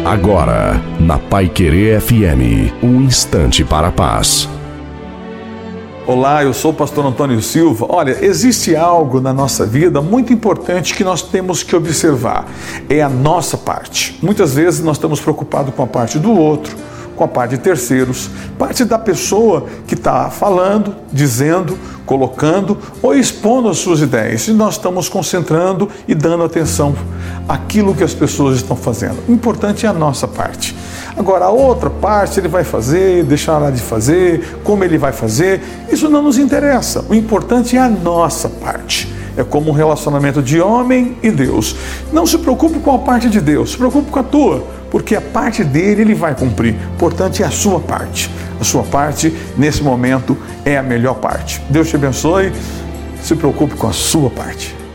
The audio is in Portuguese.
Agora, na Paiquerê FM, um instante para a paz. Olá, eu sou o pastor Antônio Silva. Olha, existe algo na nossa vida muito importante que nós temos que observar. É a nossa parte. Muitas vezes nós estamos preocupados com a parte do outro, com a parte de terceiros, parte da pessoa que está falando, dizendo, colocando ou expondo as suas ideias. E nós estamos concentrando e dando atenção àquilo que as pessoas estão fazendo. O importante é a nossa parte. Agora, a outra parte ele vai fazer, deixará de fazer, como ele vai fazer, isso não nos interessa. O importante é a nossa parte. É como um relacionamento de homem e Deus. Não se preocupe com a parte de Deus, se preocupe com a tua, porque a parte dele ele vai cumprir. O importante é a sua parte. A sua parte, nesse momento, é a melhor parte. Deus te abençoe, se preocupe com a sua parte.